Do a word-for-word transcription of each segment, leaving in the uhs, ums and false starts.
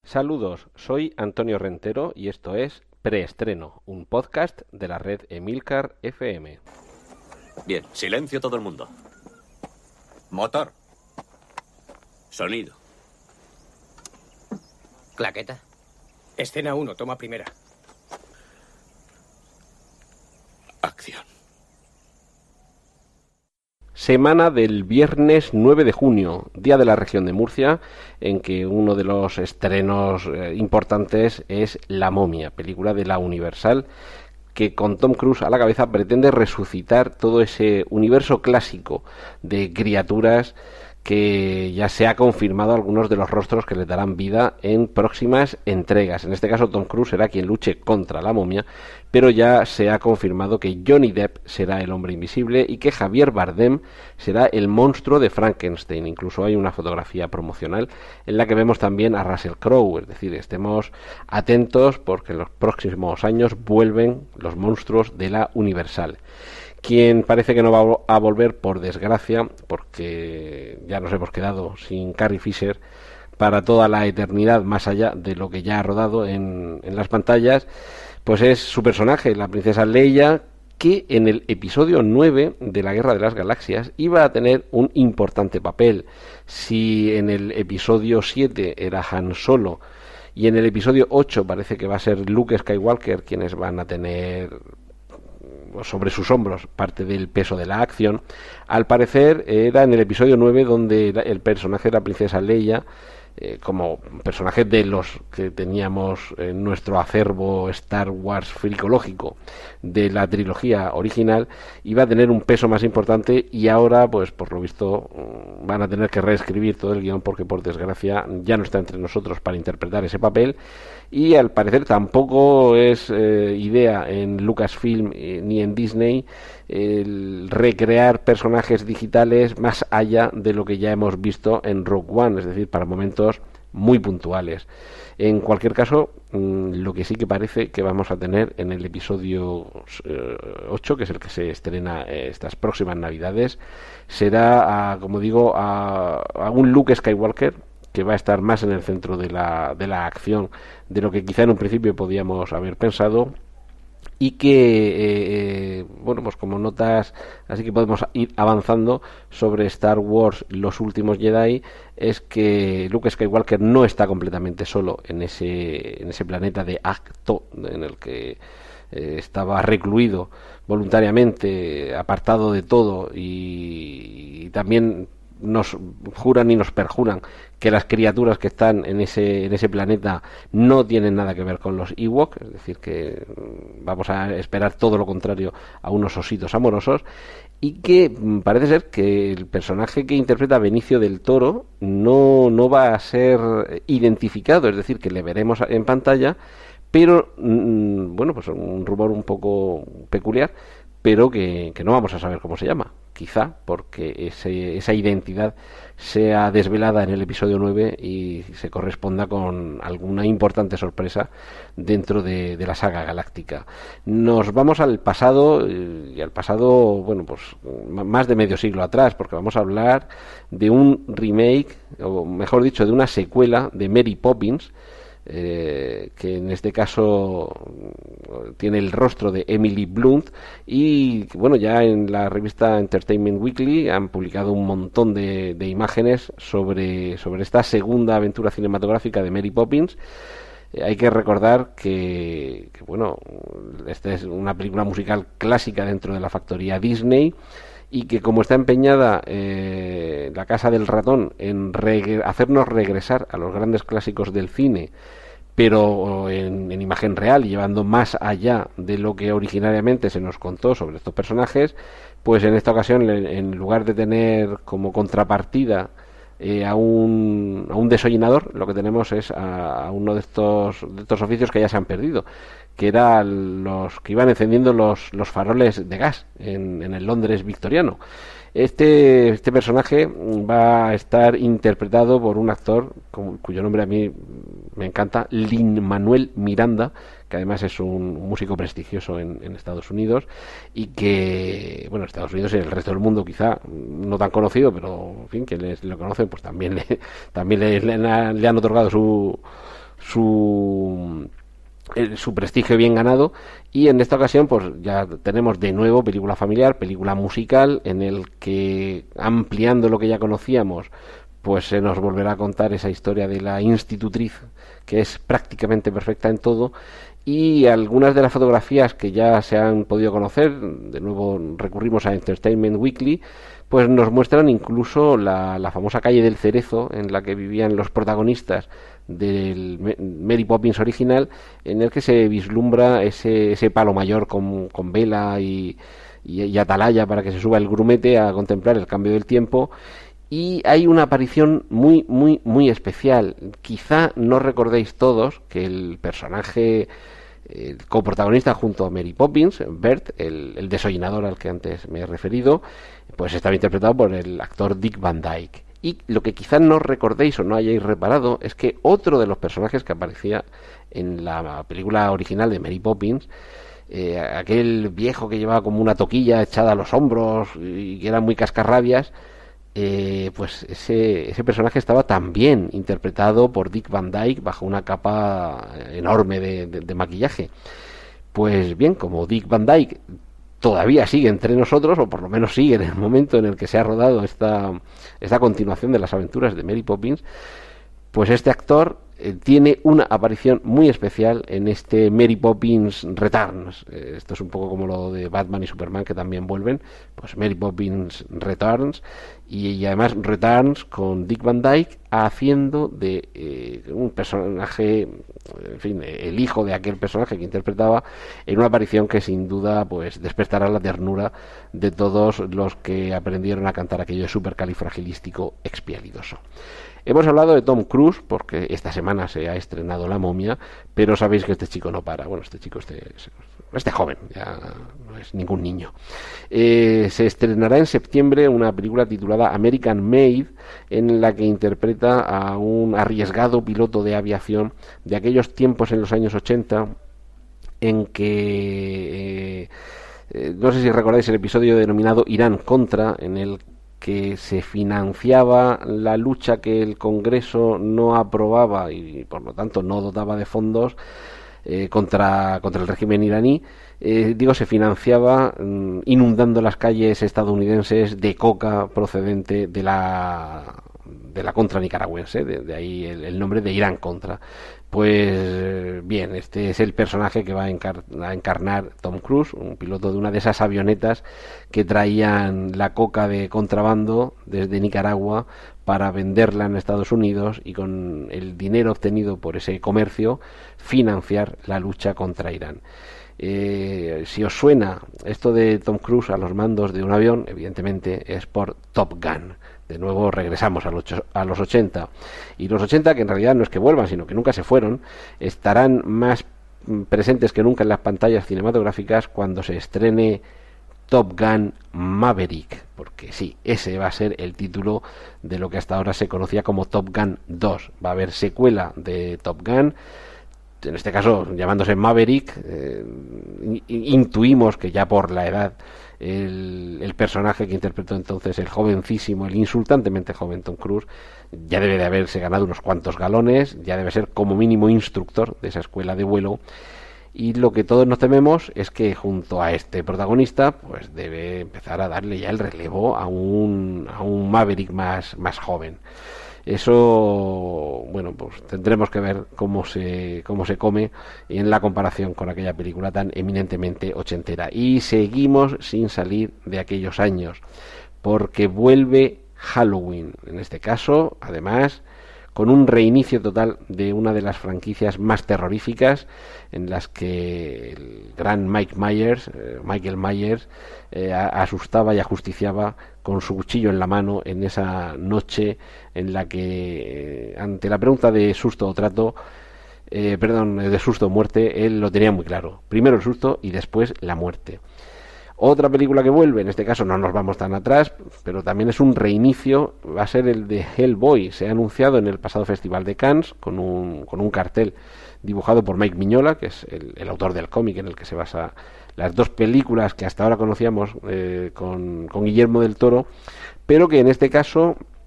Saludos, soy Antonio Rentero y esto es Preestreno, un podcast de la red Emilcar F M. Bien, silencio todo el mundo. Motor. Sonido. Claqueta. Escena uno, toma primera. Acción. Semana del viernes nueve de junio, día de la región de Murcia, en que uno de los estrenos eh, importantes es La momia, película de la Universal, que con Tom Cruise a la cabeza pretende resucitar todo ese universo clásico de criaturas que ya se ha confirmado algunos de los rostros que le darán vida en próximas entregas. En este caso Tom Cruise será quien luche contra la momia, pero ya se ha confirmado que Johnny Depp será el hombre invisible y que Javier Bardem será el monstruo de Frankenstein. Incluso hay una fotografía promocional en la que vemos también a Russell Crowe, es decir, estemos atentos porque en los próximos años vuelven los monstruos de la Universal. Quien parece que no va a volver, por desgracia, porque ya nos hemos quedado sin Carrie Fisher para toda la eternidad, más allá de lo que ya ha rodado en, en las pantallas, pues es su personaje, la princesa Leia, que en el episodio nueve de la Guerra de las Galaxias iba a tener un importante papel. Si en el episodio siete era Han Solo y en el episodio ocho parece que va a ser Luke Skywalker quienes van a tener sobre sus hombros parte del peso de la acción, al parecer era en el episodio nueve donde el personaje de la princesa Leia, eh, como personaje de los que teníamos en nuestro acervo Star Wars fricológico de la trilogía original, iba a tener un peso más importante, y ahora pues por lo visto van a tener que reescribir todo el guión porque por desgracia ya no está entre nosotros para interpretar ese papel. Y al parecer tampoco es eh, idea en Lucasfilm eh, ni en Disney el recrear personajes digitales más allá de lo que ya hemos visto en Rogue One, es decir, para momentos muy puntuales. En cualquier caso, mmm, lo que sí que parece que vamos a tener en el episodio eh, ocho, que es el que se estrena eh, estas próximas navidades, será, a, como digo, a, a un Luke Skywalker que va a estar más en el centro de la, de la acción de lo que quizá en un principio podíamos haber pensado, y que eh, eh, bueno, pues como notas así que podemos ir avanzando sobre Star Wars Los Últimos Jedi, es que Luke Skywalker no está completamente solo en ese, en ese planeta de Ahch-To, en el que eh, estaba recluido voluntariamente, apartado de todo, y, y también nos juran y nos perjuran que las criaturas que están en ese en ese planeta no tienen nada que ver con los Ewok, es decir, que vamos a esperar todo lo contrario a unos ositos amorosos, y que parece ser que el personaje que interpreta Benicio del Toro no, no va a ser identificado, es decir, que le veremos en pantalla, pero bueno, pues un rumor un poco peculiar, pero que, que no vamos a saber cómo se llama, quizá porque ese, esa identidad sea desvelada en el episodio nueve y se corresponda con alguna importante sorpresa dentro de, de la saga galáctica. Nos vamos al pasado, y al pasado, bueno, pues más de medio siglo atrás, porque vamos a hablar de un remake, o mejor dicho, de una secuela de Mary Poppins, Eh, que en este caso tiene el rostro de Emily Blunt, y bueno, ya en la revista Entertainment Weekly han publicado un montón de, de imágenes sobre, sobre esta segunda aventura cinematográfica de Mary Poppins. Eh, hay que recordar que, que bueno, esta es una película musical clásica dentro de la factoría Disney, y que como está empeñada eh, la Casa del Ratón en reg- hacernos regresar a los grandes clásicos del cine, pero en, en imagen real y llevando más allá de lo que originariamente se nos contó sobre estos personajes, pues en esta ocasión, en lugar de tener como contrapartida eh, a un a un desollinador, lo que tenemos es a, a uno de estos de estos oficios que ya se han perdido, que eran los que iban encendiendo los, los faroles de gas en, en el Londres victoriano. Este, este personaje va a estar interpretado por un actor cuyo nombre a mí me encanta, Lin-Manuel Miranda, que además es un músico prestigioso en, en Estados Unidos, y que, bueno, Estados Unidos y el resto del mundo quizá no tan conocido, pero en fin, que les lo conocen, pues también le, también le, le, han, le han otorgado su su su prestigio bien ganado, y en esta ocasión pues ya tenemos de nuevo película familiar, película musical, en el que, ampliando lo que ya conocíamos, pues se nos volverá a contar esa historia de la institutriz, que es prácticamente perfecta en todo, y algunas de las fotografías que ya se han podido conocer, de nuevo recurrimos a Entertainment Weekly, pues nos muestran incluso la, la famosa calle del Cerezo en la que vivían los protagonistas del Mary Poppins original, en el que se vislumbra ese, ese palo mayor con, con vela y, y, y atalaya para que se suba el grumete a contemplar el cambio del tiempo. Y hay una aparición muy, muy, muy especial. Quizá no recordéis todos que el personaje el coprotagonista junto a Mary Poppins, Bert, el, el desollinador al que antes me he referido, pues estaba interpretado por el actor Dick Van Dyke. Y lo que quizás no recordéis o no hayáis reparado es que otro de los personajes que aparecía en la película original de Mary Poppins, eh, aquel viejo que llevaba como una toquilla echada a los hombros y que era muy cascarrabias, eh, pues ese, ese personaje estaba también interpretado por Dick Van Dyke bajo una capa enorme de, de, de maquillaje. Pues bien, como Dick Van Dyke todavía sigue entre nosotros, o por lo menos sigue en el momento en el que se ha rodado esta, esta continuación de las aventuras de Mary Poppins, pues este actor eh, tiene una aparición muy especial en este Mary Poppins Returns. Eh, esto es un poco como lo de Batman y Superman, que también vuelven, pues Mary Poppins Returns, y, y además Returns con Dick Van Dyke haciendo de eh, un personaje, en fin, el hijo de aquel personaje que interpretaba, en una aparición que sin duda pues despertará la ternura de todos los que aprendieron a cantar aquello de supercalifragilístico expialidoso. Hemos hablado de Tom Cruise porque esta semana se ha estrenado La Momia, pero sabéis que este chico no para. Bueno, este chico, este, este joven, ya no es ningún niño. Eh, se estrenará en septiembre una película titulada American Made, en la que interpreta a un arriesgado piloto de aviación de aquellos tiempos en los años ochenta en que... Eh, eh, no sé si recordáis el episodio denominado Irán Contra, en el que se financiaba la lucha que el Congreso no aprobaba y por lo tanto no dotaba de fondos eh, contra, contra el régimen iraní. Eh, digo, se financiaba mm, inundando las calles estadounidenses de coca procedente de la de la contra nicaragüense, de, de ahí el, el nombre de Irán Contra. Pues bien, este es el personaje que va a, encar- a encarnar Tom Cruise, un piloto de una de esas avionetas que traían la coca de contrabando desde Nicaragua para venderla en Estados Unidos y con el dinero obtenido por ese comercio financiar la lucha contra Irán. Eh, si os suena esto de Tom Cruise a los mandos de un avión, evidentemente es por Top Gun. De nuevo regresamos a los, a los ochenta, y los ochenta, que en realidad no es que vuelvan, sino que nunca se fueron, estarán más presentes que nunca en las pantallas cinematográficas cuando se estrene Top Gun Maverick, porque sí, ese va a ser el título de lo que hasta ahora se conocía como Top Gun dos. Va a haber secuela de Top Gun, en este caso llamándose Maverick. eh, intuimos que ya por la edad el, el personaje que interpretó entonces el jovencísimo, el insultantemente joven Tom Cruise, ya debe de haberse ganado unos cuantos galones, ya debe ser como mínimo instructor de esa escuela de vuelo, y lo que todos nos tememos es que junto a este protagonista pues debe empezar a darle ya el relevo a un, a un Maverick más, más joven. Eso, bueno, pues tendremos que ver cómo se cómo se come en la comparación con aquella película tan eminentemente ochentera. Y seguimos sin salir de aquellos años, porque vuelve Halloween, en este caso, además, con un reinicio total de una de las franquicias más terroríficas, en las que el gran Mike Myers, eh, Michael Myers, eh, asustaba y ajusticiaba con su cuchillo en la mano en esa noche en la que, eh, ante la pregunta de susto o trato, eh, perdón, de susto o muerte, él lo tenía muy claro. Primero el susto y después la muerte. Otra película que vuelve, en este caso no nos vamos tan atrás, pero también es un reinicio, va a ser el de Hellboy. Se ha anunciado en el pasado Festival de Cannes con un, con un cartel dibujado por Mike Mignola, que es el, el autor del cómic en el que se basa las dos películas que hasta ahora conocíamos eh, con, con Guillermo del Toro, pero que en este caso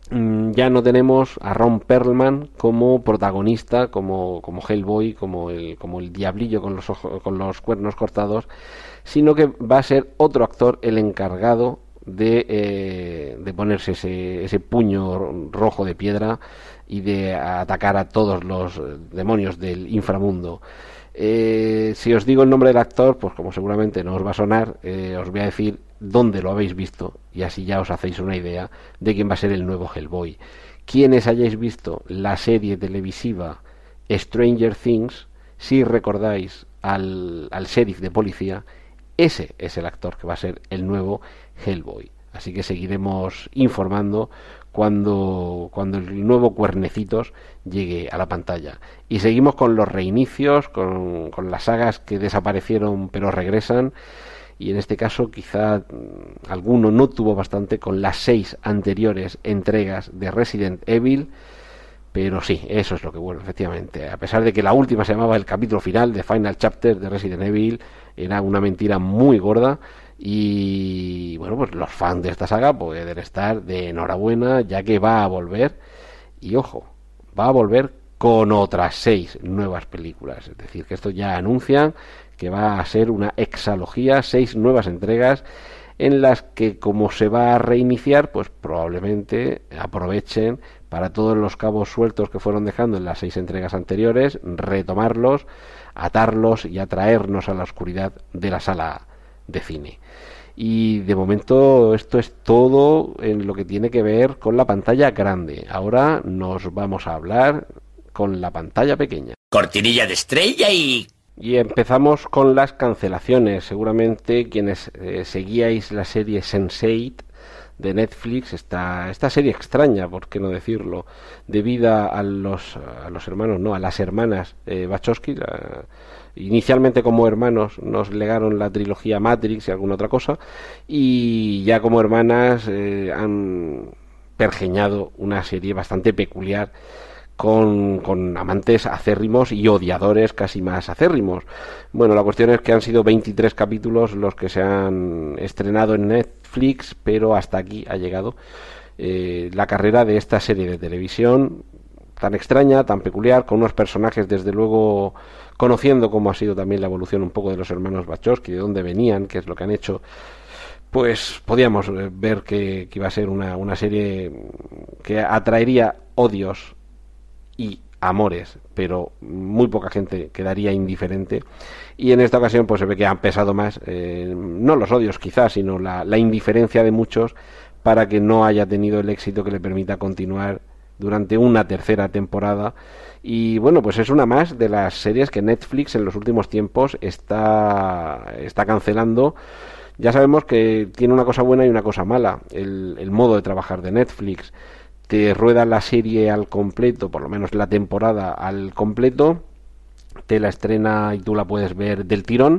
ya no tenemos a Ron Perlman como protagonista, como, como Hellboy, como el, como el diablillo con los ojos, con los cuernos cortados, sino que va a ser otro actor el encargado de, eh, de ponerse ese, ese puño rojo de piedra y de atacar a todos los demonios del inframundo. Eh, si os digo el nombre del actor, pues como seguramente no os va a sonar, eh, os voy a decir dónde lo habéis visto y así ya os hacéis una idea de quién va a ser el nuevo Hellboy. Quienes hayáis visto la serie televisiva Stranger Things, si recordáis al, al sheriff de policía, ese es el actor que va a ser el nuevo Hellboy. Así que seguiremos informando cuando, cuando el nuevo Cuernecitos llegue a la pantalla. Y seguimos con los reinicios, con, con las sagas que desaparecieron pero regresan. Y en este caso quizá alguno no tuvo bastante con las seis anteriores entregas de Resident Evil. Pero sí, eso es lo que vuelve, efectivamente. A pesar de que la última se llamaba el capítulo final de Final Chapter de Resident Evil, era una mentira muy gorda. Y bueno, pues los fans de esta saga pueden estar de enhorabuena, ya que va a volver. Y ojo, va a volver con otras seis nuevas películas. Es decir, que esto ya anuncian que va a ser una exalogía, seis nuevas entregas en las que, como se va a reiniciar, pues probablemente aprovechen para todos los cabos sueltos que fueron dejando en las seis entregas anteriores, retomarlos, atarlos y atraernos a la oscuridad de la sala de cine. Y de momento esto es todo en lo que tiene que ver con la pantalla grande. Ahora nos vamos a hablar con la pantalla pequeña. Cortinilla de estrella y... Y empezamos con las cancelaciones. Seguramente quienes eh, seguíais la serie sense eight de Netflix, esta, esta serie extraña, por qué no decirlo, debida a los, a los hermanos, no, a las hermanas eh, Wachowski. La, inicialmente como hermanos nos legaron la trilogía Matrix y alguna otra cosa, y ya como hermanas eh, han pergeñado una serie bastante peculiar, Con, con amantes acérrimos y odiadores casi más acérrimos. Bueno, la cuestión es que han sido veintitrés capítulos los que se han estrenado en Netflix, pero hasta aquí ha llegado eh, la carrera de esta serie de televisión tan extraña, tan peculiar, con unos personajes desde luego, conociendo cómo ha sido también la evolución un poco de los hermanos Wachowski, de dónde venían, qué es lo que han hecho, pues podíamos ver que, que iba a ser una, una serie que atraería odios y amores, pero muy poca gente quedaría indiferente, y en esta ocasión pues se ve que han pesado más eh, no los odios quizás, sino la, la indiferencia de muchos para que no haya tenido el éxito que le permita continuar durante una tercera temporada. Y bueno, pues es una más de las series que Netflix en los últimos tiempos está, está cancelando. Ya sabemos que tiene una cosa buena y una cosa mala el, el modo de trabajar de Netflix. Te rueda la serie al completo, por lo menos la temporada al completo, te la estrena y tú la puedes ver del tirón,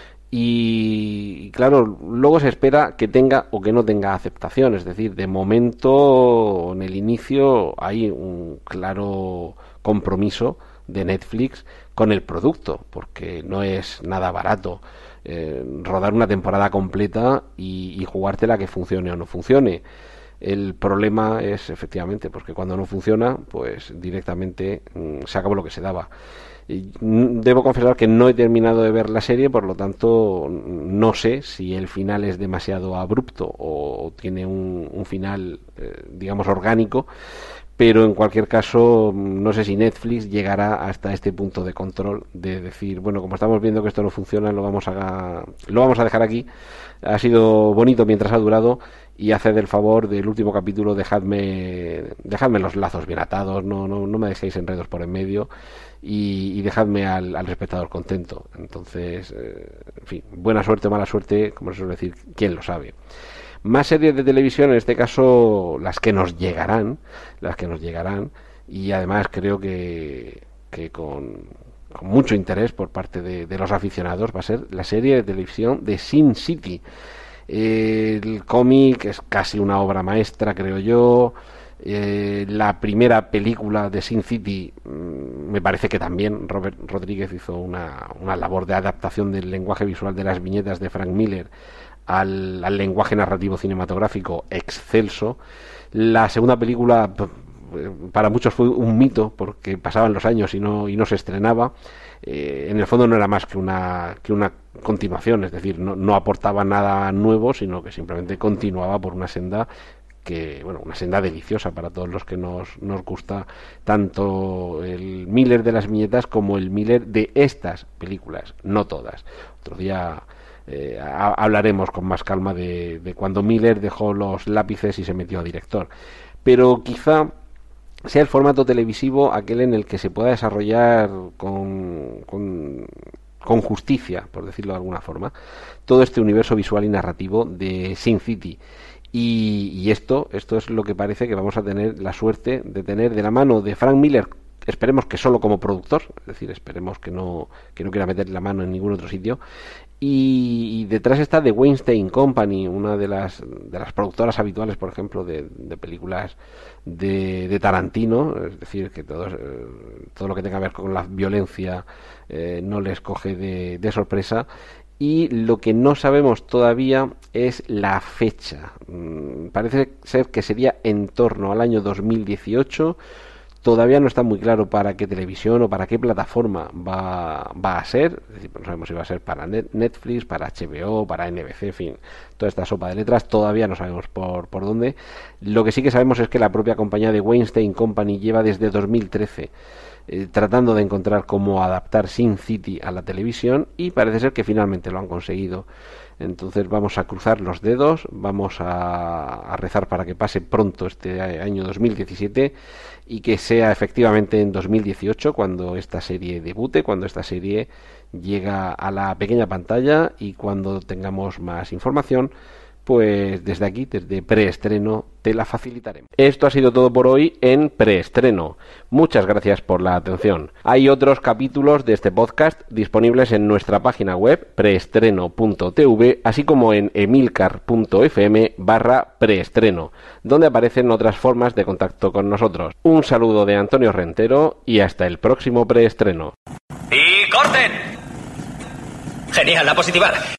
y claro, luego se espera que tenga o que no tenga aceptación. Es decir, de momento en el inicio hay un claro compromiso de Netflix con el producto, porque no es nada barato eh, rodar una temporada completa y, y jugártela que funcione o no funcione. El problema es efectivamente pues que cuando no funciona, pues directamente mmm, se acabó lo que se daba. Y debo confesar que no he terminado de ver la serie, por lo tanto no sé si el final es demasiado abrupto o tiene un, un final eh, digamos orgánico, pero en cualquier caso no sé si Netflix llegará hasta este punto de control de decir, bueno, como estamos viendo que esto no funciona, lo vamos a lo vamos a dejar aquí. Ha sido bonito mientras ha durado, y haced el favor del último capítulo, dejadme dejadme los lazos bien atados, no no, no me dejéis enredos por en medio, y, y dejadme al, al espectador contento. Entonces, eh, en fin, buena suerte o mala suerte, como se suele decir, quién lo sabe. Más series de televisión, en este caso las que nos llegarán, las que nos llegarán, y además creo que, que con, con mucho interés por parte de, de los aficionados, va a ser la serie de televisión de Sin City. Eh, el cómic es casi una obra maestra, creo yo. Eh, la primera película de Sin City, mmm, me parece que también Robert Rodríguez hizo una, una labor de adaptación del lenguaje visual de las viñetas de Frank Miller al, al lenguaje narrativo cinematográfico excelso. La segunda película para muchos fue un mito porque pasaban los años y no, y no se estrenaba. Eh, en el fondo no era más que una, que una continuación, es decir, no, no aportaba nada nuevo, sino que simplemente continuaba por una senda que, bueno, una senda deliciosa para todos los que nos, nos gusta tanto el Miller de las viñetas como el Miller de estas películas, no todas. Otro día eh, a, hablaremos con más calma de, de cuando Miller dejó los lápices y se metió a director. Pero quizá sea el formato televisivo aquel en el que se pueda desarrollar con, con, con justicia, por decirlo de alguna forma, todo este universo visual y narrativo de Sin City. Y, y esto, esto es lo que parece que vamos a tener la suerte de tener de la mano de Frank Miller, esperemos que solo como productor, es decir, esperemos que no, que no quiera meter la mano en ningún otro sitio. Y, y detrás está The Weinstein Company, una de las de las productoras habituales, por ejemplo, de, de películas de, de Tarantino, es decir, que todo, eh, todo lo que tenga que ver con la violencia eh, no les coge de, de sorpresa. Y lo que no sabemos todavía es la fecha. Mm, parece ser que sería en torno al año dos mil dieciocho. Todavía no está muy claro para qué televisión o para qué plataforma va, va a ser. Es decir, no sabemos si va a ser para Netflix, para H B O, para N B C, en fin, toda esta sopa de letras. Todavía no sabemos por, por dónde. Lo que sí que sabemos es que la propia compañía de Weinstein Company lleva desde dos mil trece eh, tratando de encontrar cómo adaptar Sin City a la televisión y parece ser que finalmente lo han conseguido. Entonces vamos a cruzar los dedos, vamos a, a rezar para que pase pronto este año dos mil diecisiete y que sea efectivamente en dos mil dieciocho cuando esta serie debute, cuando esta serie llega a la pequeña pantalla y cuando tengamos más información, pues desde aquí, desde preestreno, te la facilitaremos. Esto ha sido todo por hoy en preestreno. Muchas gracias por la atención. Hay otros capítulos de este podcast disponibles en nuestra página web preestreno punto t v, así como en emilcar punto f m barra preestreno, donde aparecen otras formas de contacto con nosotros. Un saludo de Antonio Rentero y hasta el próximo preestreno. ¡Y corten! Genial, la positiva.